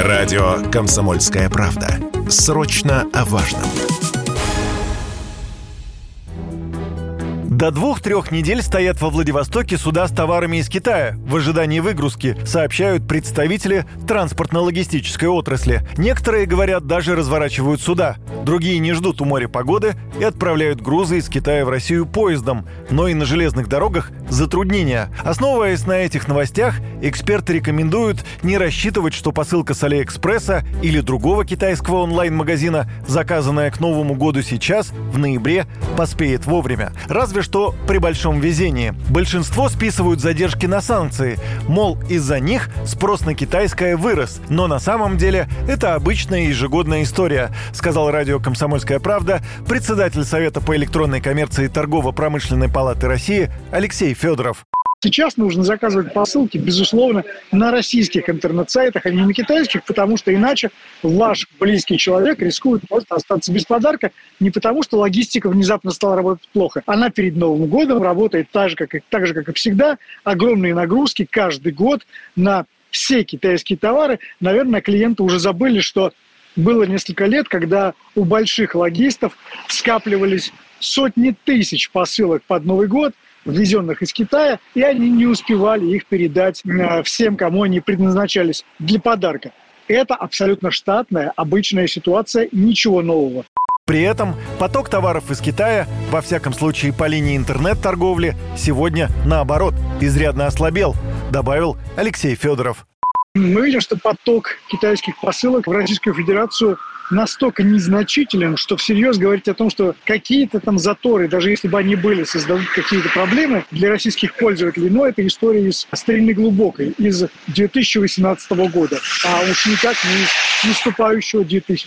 Радио «Комсомольская правда». Срочно о важном. До 2-3 недель стоят во Владивостоке суда с товарами из Китая в ожидании выгрузки, сообщают представители транспортно-логистической отрасли. Некоторые, говорят, даже разворачивают суда. Другие не ждут у моря погоды и отправляют грузы из Китая в Россию поездом. Но и на железных дорогах затруднения. Основываясь на этих новостях, эксперты рекомендуют не рассчитывать, что посылка с Алиэкспресса или другого китайского онлайн-магазина, заказанная к Новому году сейчас, в ноябре, поспеет вовремя. Разве что при большом везении. Большинство списывают задержки на санкции. Мол, из-за них спрос на китайское вырос. Но на самом деле это обычная ежегодная история, сказал радио «Комсомольская правда» председатель Совета по электронной коммерции Торгово-промышленной палаты России Алексей Федоров. Сейчас нужно заказывать посылки, безусловно, на российских интернет-сайтах, а не на китайских, потому что иначе ваш близкий человек рискует просто остаться без подарка не потому, что логистика внезапно стала работать плохо. Она перед Новым годом работает так же, как и всегда. Огромные нагрузки каждый год на все китайские товары. Наверное, клиенты уже забыли, что было несколько лет, когда у больших логистов скапливались сотни тысяч посылок под Новый год, ввезенных из Китая, и они не успевали их передать всем, кому они предназначались для подарка. Это абсолютно штатная, обычная ситуация, ничего нового. При этом поток товаров из Китая, во всяком случае по линии интернет-торговли, сегодня, наоборот, изрядно ослабел, добавил Алексей Федоров. Мы видим, что поток китайских посылок в Российскую Федерацию настолько незначителен, что всерьез говорить о том, что какие-то там заторы, даже если бы они были, создадут какие-то проблемы для российских пользователей, но это история из старины глубокой, из 2018 года, а уж никак не из наступающего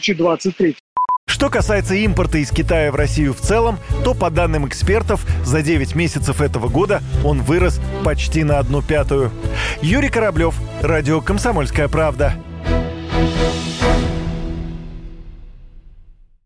2023. Что касается импорта из Китая в Россию в целом, то, по данным экспертов, за 9 месяцев этого года он вырос почти на 1/5. Юрий Кораблев, радио «Комсомольская правда».